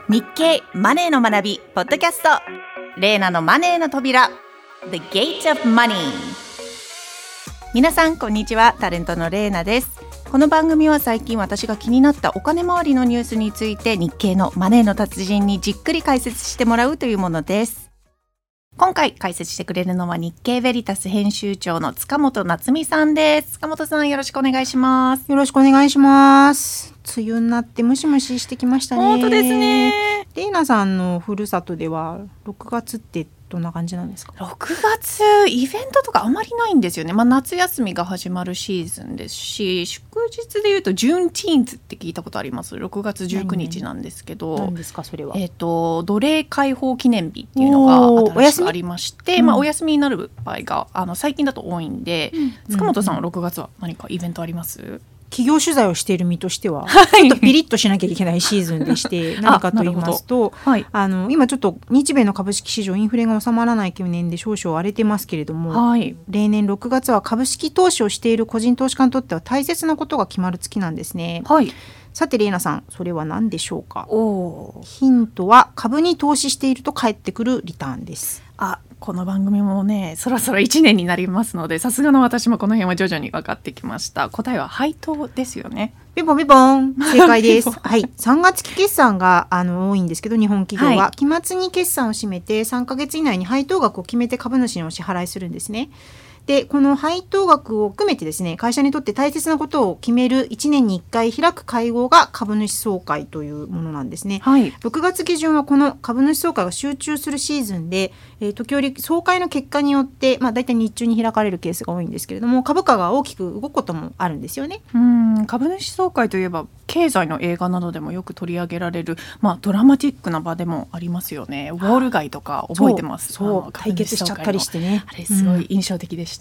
日経マネーの学びポッドキャスト、レイナのマネーの扉 The Gate of Money。 皆さんこんにちは、タレントのレイナです。この番組は最近私が気になったお金回りのニュースについて日経のマネーの達人にじっくり解説してもらうというものです。今回解説してくれるのは日経ベリタス編集長の塚本夏美さんです。塚本さん、よろしくお願いします。 よろしくお願いします。梅雨になってムシムシしてきましたね。 本当ですね。 レイナさんのふるさとでは6月ってどんな感じなんですか ？6月イベントとかあまりないんですよね。夏休みが始まるシーズンですし、祝日でいうとジューンティーンズって聞いたことあります？6月19日なんですけど、 何ですかそれは？ 奴隷解放記念日っていうのが新しくありまして、お休みになる場合が最近だと多いんで、塚本さんは6月は何かイベントあります？ 企業取材をしている身としては、ちょっとピリッとしなきゃいけないシーズンでして何かと言いますと、今ちょっと日米の株式市場インフレが収まらない懸念で少々荒れてますけれども、例年6月は株式投資をしている個人投資家にとっては大切なことが決まる月なんですね。さてレイナさん、それは何でしょうか？ヒントは株に投資していると返ってくるリターンです。 この番組もね、そろそろ1年になりますので、さすがの私もこの辺は徐々に分かってきました。答えは配当ですよね。 ピボンピボン、正解です3月期決算が多いんですけど、日本企業は、期末に決算を締めて3ヶ月以内に配当額を決めて株主にお支払いするんですね。でこの配当額を含めてですね、会社にとって大切なことを決める1年に1回開く会合が株主総会というものなんですね。6月下旬はこの株主総会が集中するシーズンで、時折総会の結果によって、だいたい日中に開かれるケースが多いんですけれども、株価が大きく動くこともあるんですよね。 株主総会といえば経済の映画などでもよく取り上げられる、ドラマティックな場でもありますよね。ウォール街とか覚えてます？ そう対決しちゃったりしてね、 あれすごい印象的でした。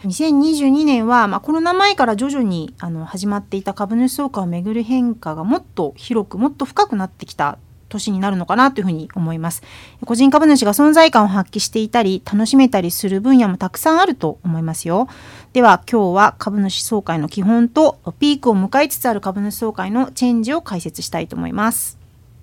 2022年は、コロナ前から徐々に始まっていた株主総会をめぐる変化がもっと広くもっと深くなってきた年になるのかなというふうに思います。個人株主が存在感を発揮していたり楽しめたりする分野もたくさんあると思いますよ。では今日は株主総会の基本とピークを迎えつつある株主総会のチェンジを解説したいと思います。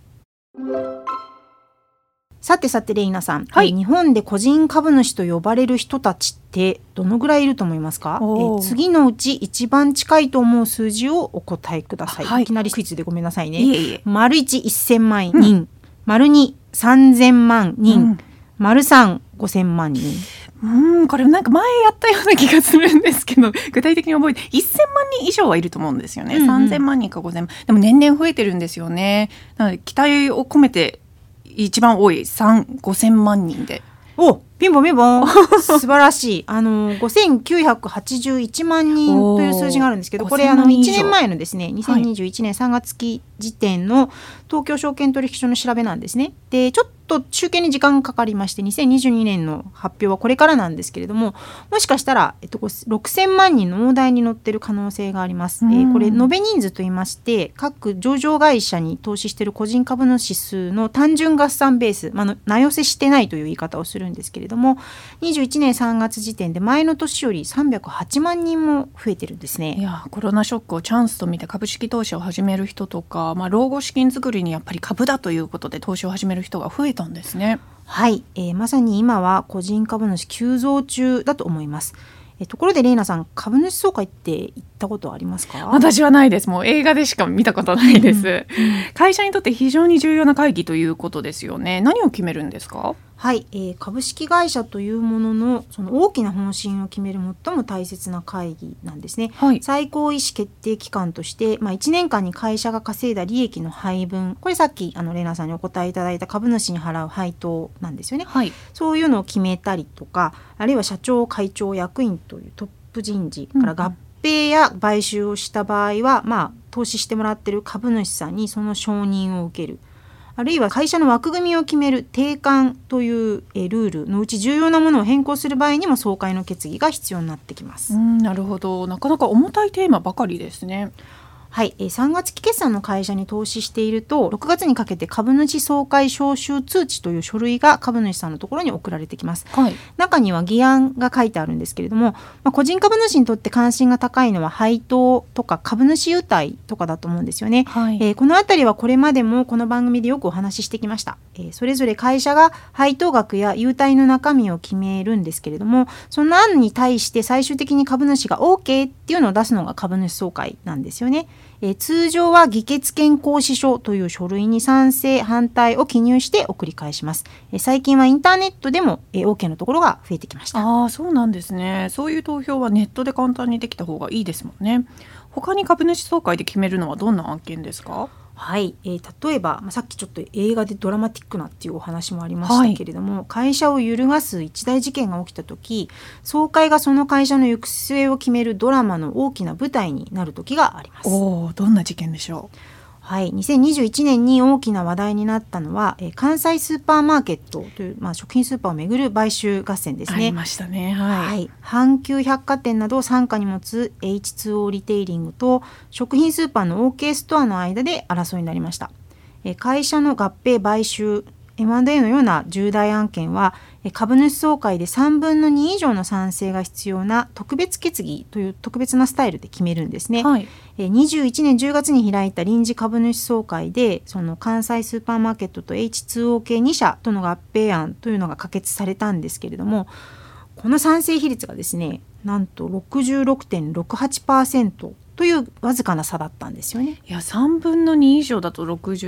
さてレイナさん、日本で個人株主と呼ばれる人たちってどのぐらいいると思いますか？次のうち一番近いと思う数字をお答えください。いきなりクイズでごめんなさいね。丸1、1000万人、丸2、3000万人、丸3、5000万人。 これなんか前やったような気がするんですけど、具体的に覚えて1000万人以上はいると思うんですよね。3000万人か5000万。でも年々増えてるんですよね。なので期待を込めて一番多い5000万人で。 ピンポンピンポン素晴らしい。5981万人という数字があるんですけど、これ1年前のですね2021年3月期時点の東京証券取引所の調べなんですね。でちょっと集計に時間がかかりまして、2022年の発表はこれからなんですけれども、もしかしたら、6000万人の大台に乗っている可能性があります。これ延べ人数といいまして、各上場会社に投資している個人株主数の単純合算ベース、名寄せしてないという言い方をするんですけれども、21年3月時点で前の年より308万人も増えてるんですね。 コロナショックをチャンスと見て株式投資を始める人とか、老後資金作りにやっぱり株だということで投資を始める人が増えたんですね。 まさに今は個人株主急増中だと思います。ところでレイナさん、株主総会って行ったことありますか？ 私はないです。もう映画でしか見たことないです。会社にとって非常に重要な会議ということですよね。何を決めるんですか？ 株式会社というもののその大きな方針を決める最も大切な会議なんですね。最高意思決定機関として、1年間に会社が稼いだ利益の配分、これさっきレイナさんにお答えいただいた株主に払う配当なんですよね。そういうのを決めたりとか、あるいは社長会長役員というトップ人事から合併や買収をした場合は、投資してもらっている株主さんにその承認を受ける、あるいは会社の枠組みを決める定款というルールのうち重要なものを変更する場合にも総会の決議が必要になってきます。 なるほど。なかなか重たいテーマばかりですね。 はい、3月期決算の会社に投資していると6月にかけて株主総会招集通知という書類が株主さんのところに送られてきます、はい、中には議案が書いてあるんですけれども、個人株主にとって関心が高いのは配当とか株主優待とかだと思うんですよね、はい、このあたりはこれまでもこの番組でよくお話ししてきました、それぞれ会社が配当額や優待の中身を決めるんですけれども、その案に対して最終的に株主が OK っていうのを出すのが株主総会なんですよね。通常は議決権行使書という書類に賛成反対を記入して送り返します。最近はインターネットでも OK のところが増えてきました。 そうなんですね。そういう投票はネットで簡単にできた方がいいですもんね。他に株主総会で決めるのはどんな案件ですか？ はい、例えば、さっきちょっと映画でドラマティックなっていうお話もありましたけれども、はい、会社を揺るがす一大事件が起きた時、総会がその会社の行く末を決めるドラマの大きな舞台になる時があります。 どんな事件でしょう？ はい、2021年に大きな話題になったのは、関西スーパーマーケットという、食品スーパーをめぐる買収合戦ですね。 ありましたね、はい。 阪急百貨店などを傘下に持つ H2O リテイリングと食品スーパーの OK ストアの間で争いになりました。会社の合併買収M&A のような重大案件は株主総会で3分の2以上の賛成が必要な特別決議という特別なスタイルで決めるんですね、はい、21年10月に開いた臨時株主総会でその関西スーパーマーケットと H2O 系2社との合併案というのが可決されたんですけれども、この賛成比率がですねなんと 66.68% というわずかな差だったんですよね。 いや3分の2以上だと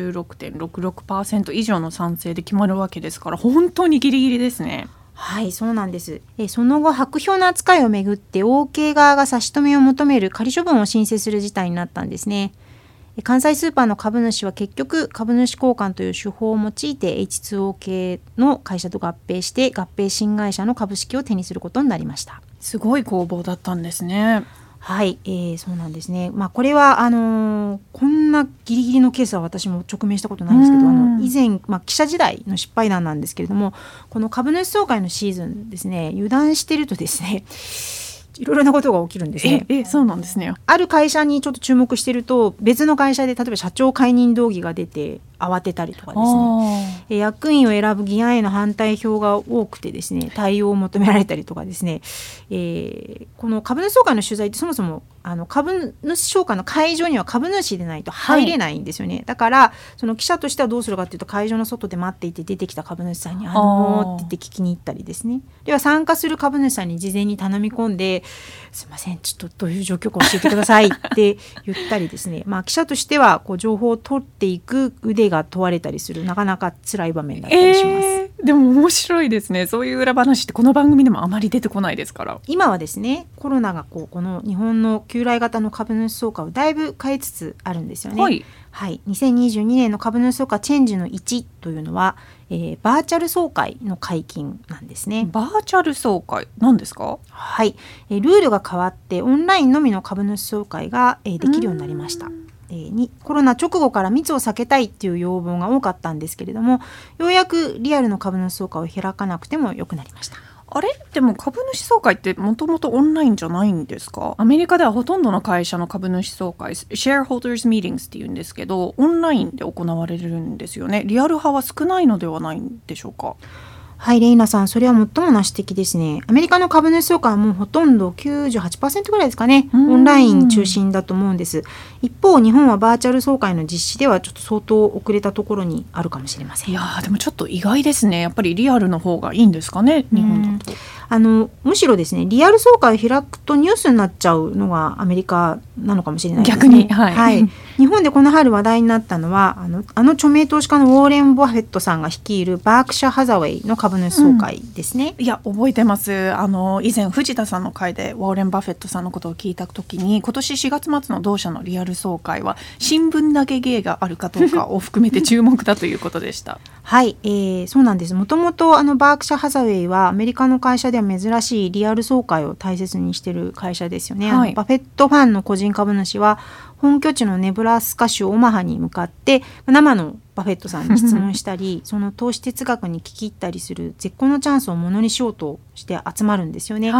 66.66% 以上の賛成で決まるわけですから本当にギリギリですね。 はい、そうなんです。その後白票の扱いをめぐって OK 側が差し止めを求める仮処分を申請する事態になったんですね。関西スーパーの株主は結局株主交換という手法を用いて H2O 系の会社と合併して合併新会社の株式を手にすることになりました。 すごい攻防だったんですね。 はい、そうなんですね。これはこんなギリギリのケースは私も直面したことないんですけど、以前、記者時代の失敗談なんですけれども、この株主総会のシーズンですね、油断してるとですねいろいろなことが起きるんですね。 そうなんですね。 ある会社にちょっと注目してると別の会社で例えば社長解任動議が出て慌てたりとかですね、役員を選ぶ議案への反対票が多くてですね対応を求められたりとかですね、この株主総会の取材ってそもそも株主総会の会場には株主でないと入れないんですよね、はい、だからその記者としてはどうするかというと会場の外で待っていて出てきた株主さんにって言って聞きに行ったりですね、では参加する株主さんに事前に頼み込んですいませんちょっとどういう状況か教えてくださいって言ったりですね記者としてはこう情報を取っていく腕が問われたりするなかなか辛い場面だったりします、 でも面白いですね。そういう裏話ってこの番組でもあまり出てこないですから。 今はですねコロナがこの日本の旧来型の株主総会をだいぶ変えつつあるんですよね。はい、はい、2022年の株主総会チェンジの1というのは、バーチャル総会の解禁なんですね。 バーチャル総会何ですか？ はい、ルールが変わってオンラインのみの株主総会が、できるようになりました。コロナ直後から密を避けたいっていう要望が多かったんですけれども、ようやくリアルの株主総会を開かなくてもよくなりました。 あれでも株主総会ってもともとオンラインじゃないんですか？アメリカではほとんどの会社の株主総会シェアホルダーズミーティングスっていうんですけどオンラインで行われるんですよね。リアル派は少ないのではないんでしょうか？ はい、レイナさん、それは最もな指摘ですね。アメリカの株主総会はもうほとんど 98% ぐらいですかね、オンライン中心だと思うんです。一方、日本はバーチャル総会の実施ではちょっと相当遅れたところにあるかもしれません。 いやでもちょっと意外ですね。やっぱりリアルの方がいいんですかね、日本だと。 むしろですねリアル総会を開くとニュースになっちゃうのがアメリカなのかもしれないですね。 逆に、はいはい、 日本でこの春話題になったのは著名投資家のウォーレン・バフェットさんが率いるバークシャ・ハザウェイの株主総会ですね、 いや覚えてます。以前藤田さんの回でウォーレン・バフェットさんのことを聞いた時に今年4月末の同社のリアル総会は新聞投げ芸があるかどうかを含めて注目だということでしたはい、そうなんです。もともとバークシャ・ハザウェイはアメリカの会社では珍しいリアル総会を大切にしている会社ですよね、はい、バフェットファンの個人株主は本拠地のネブラスカ州オマハに向かって生のバフェットさんに質問したりその投資哲学に聞き入ったりする絶好のチャンスをものにしようとして集まるんですよね、はい、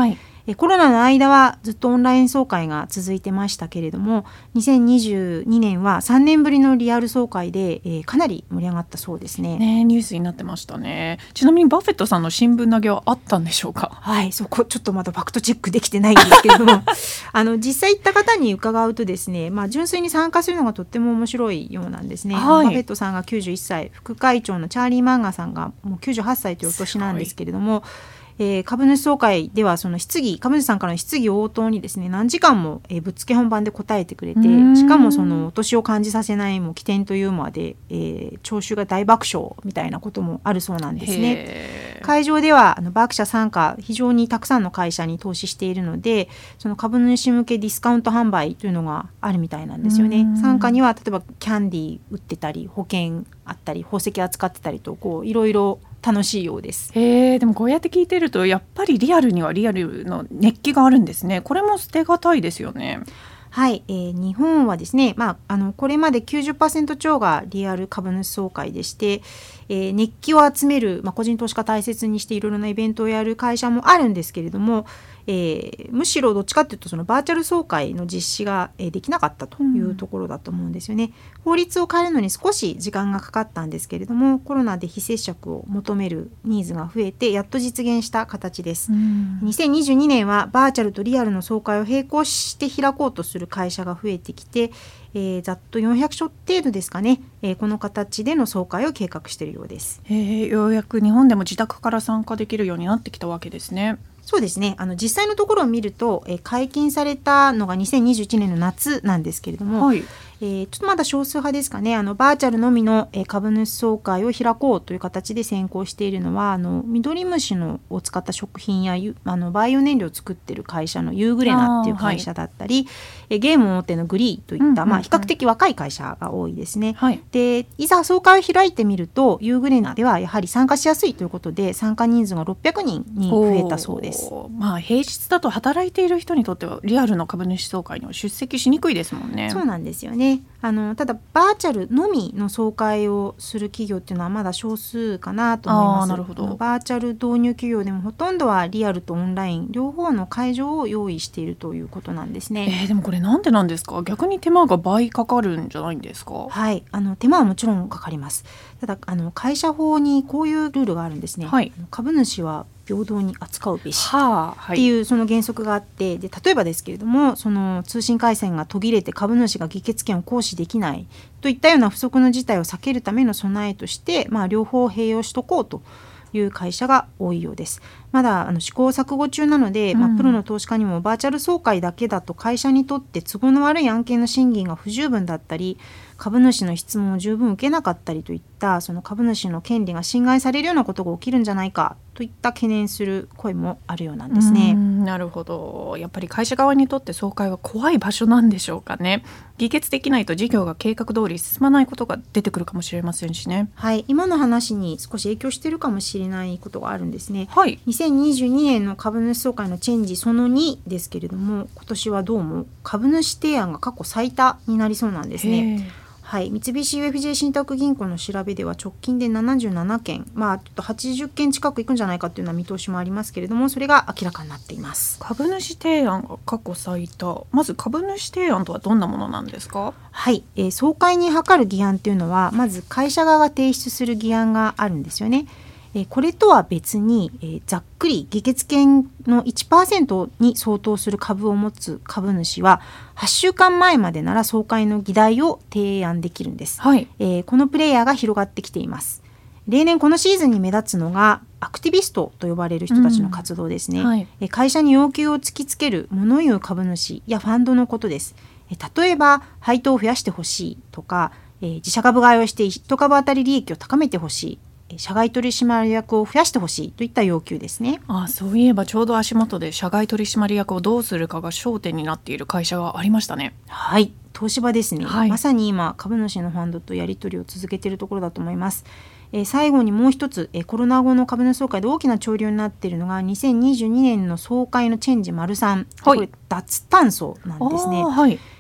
コロナの間はずっとオンライン総会が続いてましたけれども、2022年は3年ぶりのリアル総会で、かなり盛り上がったそうですね。 ニュースになってましたね。ちなみにバフェットさんの新聞投げはあったんでしょうか？ はい、そこちょっとまだファクトチェックできてないんですけれども実際行った方に伺うとですね、純粋に参加するのがとっても面白いようなんですね。バフェットさんが91歳、副会長のチャーリー・マンガーさんがもう98歳というお年なんですけれども、株主総会ではその株主さんからの質疑応答にですね、何時間もぶっつけ本番で答えてくれて、しかもそのお年を感じさせないもう起点というまで、聴衆が大爆笑みたいなこともあるそうなんですね。会場ではバークシャ傘下非常にたくさんの会社に投資しているので、その株主向けディスカウント販売というのがあるみたいなんですよね。傘下には例えばキャンディー売ってたり、保険あったり、宝石扱ってたりといろいろ楽しいようです。 でもこうやって聞いてるとやっぱりリアルにはリアルの熱気があるんですね。これも捨てがたいですよね。 はい、日本はですね、これまで 90% 超がリアル株主総会でして、熱気を集める、個人投資家大切にしていろいろなイベントをやる会社もあるんですけれども、むしろどっちかというとそのバーチャル総会の実施ができなかったというところだと思うんですよね。法律を変えるのに少し時間がかかったんですけれども、コロナで非接触を求めるニーズが増えてやっと実現した形です。2022年はバーチャルとリアルの総会を並行して開こうとする会社が増えてきて、ざっと400社程度ですかね、この形での総会を計画しているようです。 ようやく日本でも自宅から参加できるようになってきたわけですね。 そうですね。実際のところを見ると、解禁されたのが2021年の夏なんですけれども、ちょっとまだ少数派ですかね。バーチャルのみの、株主総会を開こうという形で先行しているのはミドリムシを使った食品やバイオ燃料を作っている会社のユーグレナっていう会社だったり、ゲーム大手のグリーといった、比較的若い会社が多いですね。で、いざ総会を開いてみるとユーグレナではやはり参加しやすいということで参加人数が600人に増えたそうです。 平日だと働いている人にとってはリアルの株主総会には出席しにくいですもんね。 そうなんですよね。ただバーチャルのみの総会をする企業っていうのはまだ少数かなと思います。 なるほど。 バーチャル導入企業でもほとんどはリアルとオンライン両方の会場を用意しているということなんですね。 でもこれなんでなんですか？逆に手間が倍かかるんじゃないんですか？ はい、手間はもちろんかかります。ただ会社法にこういうルールがあるんですね。株主は平等に扱うべしっていうその原則があって、で例えばですけれども、その通信回線が途切れて株主が議決権を行使できないといったような不測の事態を避けるための備えとして、両方併用しとこうという会社が多いようです。まだ試行錯誤中なので、プロの投資家にもバーチャル総会だけだと会社にとって都合の悪い案件の審議が不十分だったり、株主の質問を十分受けなかったりといったその株主の権利が侵害されるようなことが起きるんじゃないかといった懸念する声もあるようなんですね。 なるほど。やっぱり会社側にとって総会は怖い場所なんでしょうかね。議決できないと事業が計画通り進まないことが出てくるかもしれませんしね。 はい、今の話に少し影響しているかもしれないことがあるんですね。 はい、 2022年の株主総会のチェンジその2ですけれども、今年はどうも株主提案が過去最多になりそうなんですね。はい、三菱 UFJ 信託銀行の調べでは直近で77件、ちょっと80件近くいくんじゃないかというような見通しもありますけれども、それが明らかになっています。 株主提案が過去最多。まず株主提案とはどんなものなんですか？ はい、総会に諮る議案というのはまず会社側が提出する議案があるんですよね。これとは別に、ざっくり議決権の 1% に相当する株を持つ株主は8週間前までなら総会の議題を提案できるんです。このプレイヤーが広がってきています。例年このシーズンに目立つのがアクティビストと呼ばれる人たちの活動ですね。会社に要求を突きつける物言う株主やファンドのことです。例えば配当を増やしてほしいとか、自社株買いをして1株当たり利益を高めてほしい、社外取締役を増やしてほしいといった要求ですね。 そういえばちょうど足元で社外取締役をどうするかが焦点になっている会社がありましたね。 はい、東芝ですね。まさに今株主のファンドとやり取りを続けているところだと思います。最後にもう一つ、コロナ後の株主総会で大きな潮流になっているのが2022年の総会のチェンジ丸3、これ脱炭素なんですね。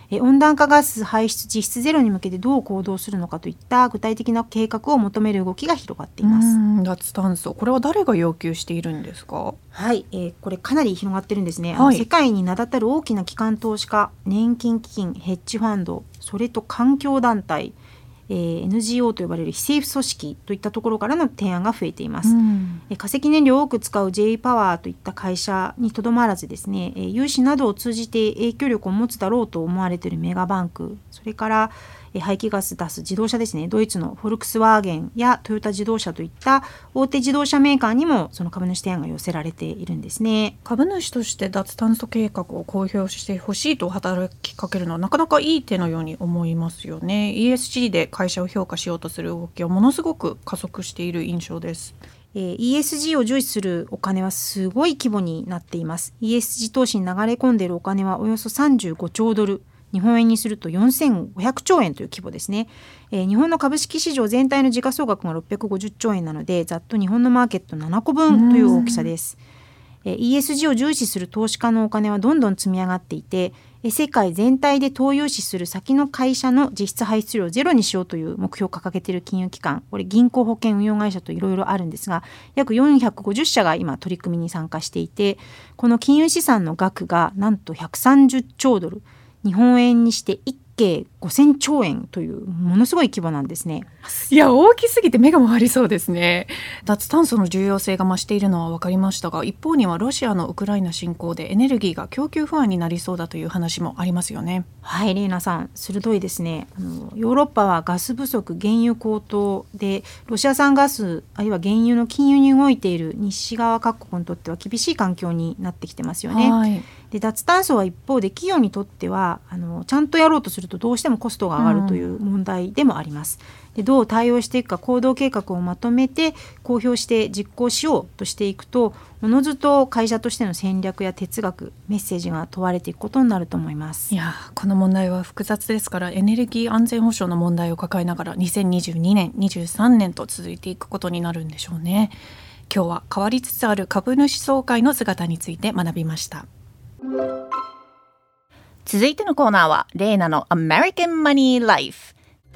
温暖化ガス排出実質ゼロに向けてどう行動するのかといった具体的な計画を求める動きが広がっています。 脱炭素、これは誰が要求しているんですか？ はい、これかなり広がってるんですね。 はい、 世界に名だたる大きな機関投資家、年金基金、ヘッジファンド、それと環境団体、NGO と呼ばれる非政府組織といったところからの提案が増えています。化石燃料を多く使う J パワーといった会社にとどまらずですね、融資などを通じて影響力を持つだろうと思われているメガバンク、それから排気ガス出す自動車ですね、ドイツのフォルクスワーゲンやトヨタ自動車といった大手自動車メーカーにもその株主提案が寄せられているんですね。 株主として脱炭素計画を公表してほしいと働きかけるのはなかなかいい手のように思いますよね。 ESG で会社を評価しようとする動きはものすごく加速している印象です。 ESG を重視するお金はすごい規模になっています。 ESG 投資に流れ込んでいるお金はおよそ35兆ドル、日本円にすると4500兆円という規模ですね。日本の株式市場全体の時価総額が650兆円なので、ざっと日本のマーケット7個分という大きさです。ESG を重視する投資家のお金はどんどん積み上がっていて、世界全体で投融資する先の会社の実質排出量をゼロにしようという目標を掲げている金融機関、これ銀行、保険、運用会社といろいろあるんですが、約450社が今取り組みに参加していて、この金融資産の額がなんと130兆ドル、日本円にして1計5000兆円というものすごい規模なんですね。 いや、大きすぎて目が回りそうですね。脱炭素の重要性が増しているのは分かりましたが、一方にはロシアのウクライナ侵攻でエネルギーが供給不安になりそうだという話もありますよね。 はい、レイナさん鋭いですね。ヨーロッパはガス不足、原油高騰で、ロシア産ガスあるいは原油の禁輸に動いている西側各国にとっては厳しい環境になってきてますよね。 はい、 で脱炭素は一方で企業にとってはちゃんとやろうとするとどうしてもコストが上がるという問題でもあります。でどう対応していくか行動計画をまとめて公表して実行しようとしていくと、おのずと会社としての戦略や哲学、メッセージが問われていくことになると思います。 いや、この問題は複雑ですから、エネルギー安全保障の問題を抱えながら2022年23年と続いていくことになるんでしょうね。今日は変わりつつある株主総会の姿について学びました。続いてのコーナーはレイナの American Money Life。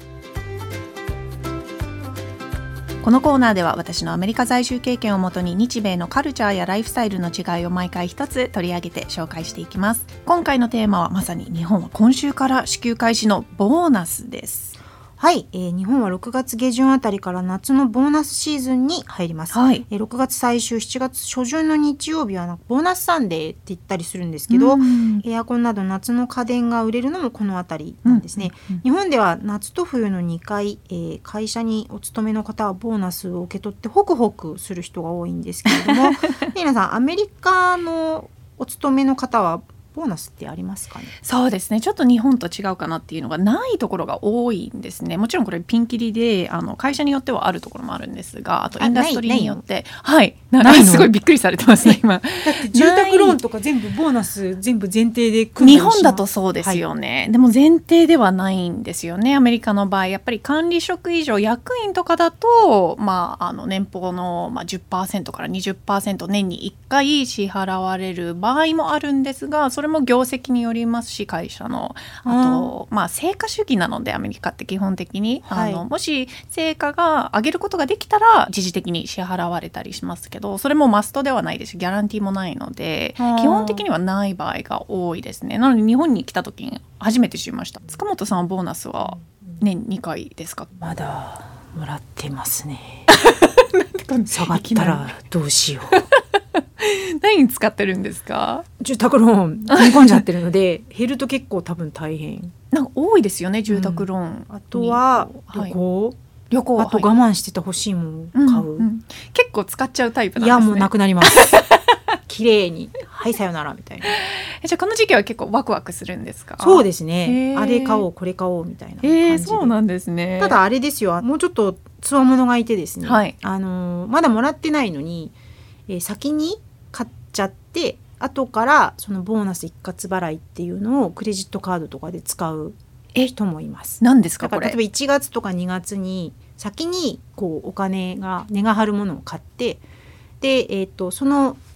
このコーナーでは私のアメリカ在住経験をもとに日米のカルチャーやライフスタイルの違いを毎回一つ取り上げて紹介していきます。今回のテーマはまさに日本は今週から支給開始のボーナスです。 はい、日本は6月下旬あたりから夏のボーナスシーズンに入ります。 はい、 6月最終7月初旬の日曜日はボーナスサンデーって言ったりするんですけど、エアコンなど夏の家電が売れるのもこのあたりなんですね。日本では夏と冬の2回、会社にお勤めの方はボーナスを受け取ってホクホクする人が多いんですけれども皆さんアメリカのお勤めの方はボーナスってありますかね？ そうですね、ちょっと日本と違うかなっていうのがないところが多いんですね。もちろんこれピンキリで会社によってはあるところもあるんですが、あとインダストリーによってはいないすごいびっくりされてますね今。だって住宅ローンとか全部ボーナス全部前提で組んだりします。 日本だとそうですよね、はい、でも前提ではないんですよね。アメリカの場合やっぱり管理職以上役員とかだと、年俸の 10% から 20% 年に1回支払われる場合もあるんですが、それも業績によりますし、会社のあと、成果主義なのでアメリカって基本的に、はい、もし成果が上げることができたら一時的に支払われたりしますけど、それもマストではないですしギャランティーもないので基本的にはない場合が多いですね。なので日本に来た時に初めて知りました。塚本さんはボーナスは年2回ですか？ まだもらってますね下がったらどうしよう何に使ってるんですか？ 住宅ローン組み込んじゃってるので減ると結構多分大変。 なんか多いですよね住宅ローン、 あとは旅行、あと我慢してて欲しいものを買う、 結構使っちゃうタイプなんですね。 いやもうなくなります綺麗にはいさよならみたいな。 じゃあこの時期は結構ワクワクするんですか？ そうですね、あれ買おうこれ買おうみたいな感じで、 そうなんですね。 ただあれですよ、もうちょっとつわものがいてですね、 はい、 まだもらってないのに、先に買っちゃって後からそのボーナス一括払いっていうのをクレジットカードとかで使う人もいます。 何ですかこれ？ だから例えば1月とか2月に先にこうお金が値が張るものを買って、で、その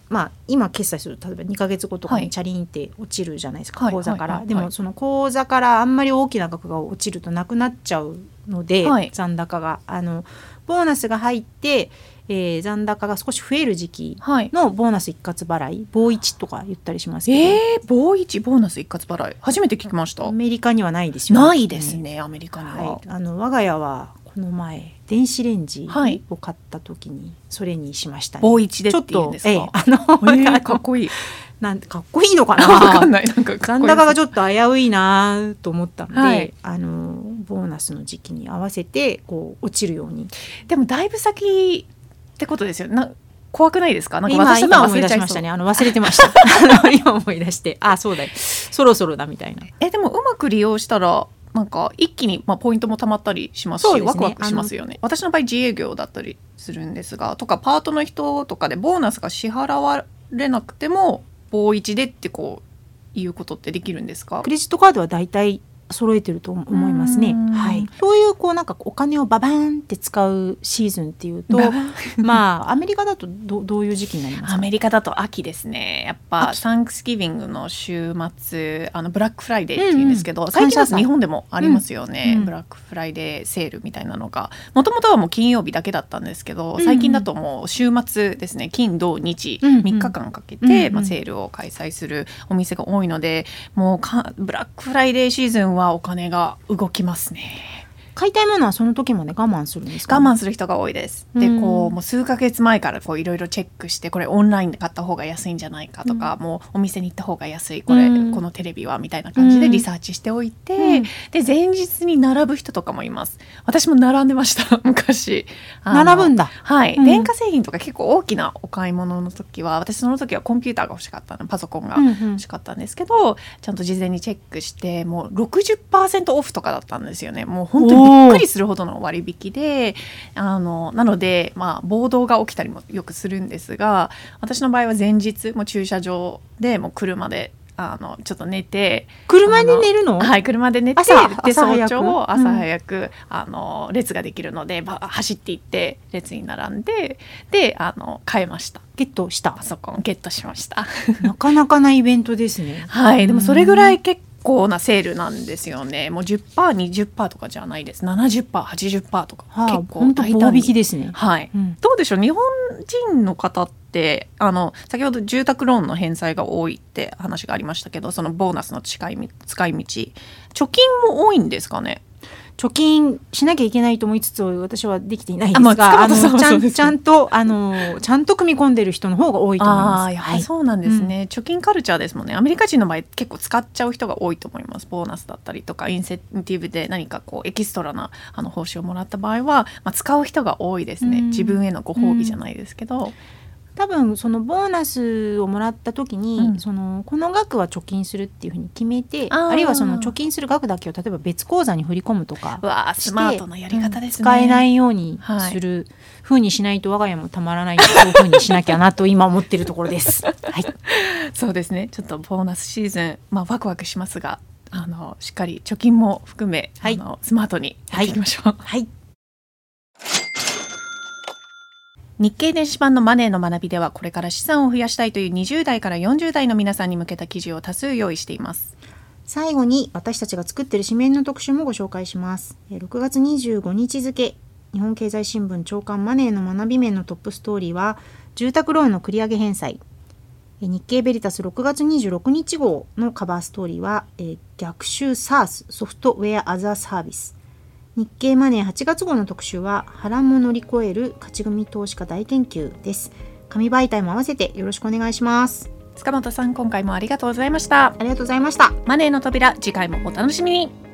今決済すると例えば2ヶ月後とかにチャリンって落ちるじゃないですか、口座から、でもその口座からあんまり大きな額が落ちるとなくなっちゃうので、残高がボーナスが入って、残高が少し増える時期のボーナス一括払い、ボーイチとか言ったりしますけど、 ボーイチボーナス一括払い初めて聞きました。 アメリカにはないですよね。ないですね、アメリカには。 我が家はこの前電子レンジを買った時にそれにしましたね。 ボーイチでっていうんですか。かっこいい。 かっこいいのかな。 わかんない。 残高がちょっと危ういなと思ったので、ボーナスの時期に合わせてこう落ちるように。 でもだいぶ先ってことですよ。怖くないですか。 今思い出しましたね。忘れてました今思い出して、そうだよ、そろそろだみたいな。 でもうまく利用したら一気にポイントもたまったりしますし、ワクワクしますよね。私の場合自営業だったりするんですが、とかパートの人とかでボーナスが支払われなくてもボーイチでっていうことってできるんですか。 クレジットカードはだいたい揃えてると思いますね。そういうお金をババーンって使うシーズンっていうとアメリカだとどういう時期になりますか。 アメリカだと秋ですね。やっぱサンクスギビングの週末、ブラックフライデーっていうんですけど、最近だと日本でもありますよね、ブラックフライデーセールみたいなのが。もともとはもう金曜日だけだったんですけど、最近だともう週末ですね、金土日3日間かけて、セールを開催するお店が多いので、もうブラックフライデーシーズンはお金が動きますね。 買いたいものはその時まで我慢するんですか。 我慢する人が多いです。でもう数ヶ月前からいろいろチェックして、これオンラインで買った方が安いんじゃないかとか、もうお店に行った方が安い、このテレビはみたいな感じでリサーチしておいて、で前日に並ぶ人とかもいます。私も並んでました昔。 並ぶんだ。 電化製品とか結構大きなお買い物の時は、私その時はコンピューターが欲しかったの、パソコンが欲しかったんですけど、ちゃんと事前にチェックして、もう 60% オフとかだったんですよね。もう本当にびっくりするほどの割引で、なので暴動が起きたりもよくするんですが、私の場合は前日もう駐車場でもう車でちょっと寝て。 車で寝るの。 車で寝て、で早早く、列ができるので走っていって列に並んで、で買えました。 ゲットした。 パソコンゲットしましたなかなかなイベントですね。 でもそれぐらい結構なセールなんですよね。もう 10%、20% とかじゃないです。 70%、80% とか、結構大胆に。 棒引きですね。 どうでしょう、日本人の方って先ほど住宅ローンの返済が多いって話がありましたけど、そのボーナスの使い道、貯金も多いんですかね。 貯金しなきゃいけないと思いつつ私はできていないですが、ちゃんと組み込んでる人の方が多いと思います。 やはりそうなんですね、貯金カルチャーですもんね。アメリカ人の場合結構使っちゃう人が多いと思います。ボーナスだったりとかインセンティブで何かエキストラな報酬をもらった場合は、使う人が多いですね。自分へのご褒美じゃないですけど、 多分そのボーナスをもらった時に、この額は貯金するっていうふうに決めて、あるいはその貯金する額だけを例えば別口座に振り込むとかスマートなやり方ですね。 使えないようにするふうにしないと我が家もたまらないので、そういうふうにしなきゃなと今思っているところですそうですね。ちょっとボーナスシーズン、ワクワクしますが、しっかり貯金も含め、スマートにやっていきましょう。日経電子版のマネーの学びでは、これから資産を増やしたいという20代から40代の皆さんに向けた記事を多数用意しています。 最後に私たちが作っている紙面の特集もご紹介します。6月25日付、日本経済新聞朝刊マネーの学び面のトップストーリーは、住宅ローンの繰り上げ返済。日経ベリタス6月26日号のカバーストーリーは、逆襲 SaaS ソフトウェアアザーサービス。日経マネー8月号の特集は、波乱も乗り越える勝ち組投資家大研究です。紙媒体も合わせてよろしくお願いします。 塚本さん、今回もありがとうございました。 ありがとうございました。 マネーの扉、次回もお楽しみに。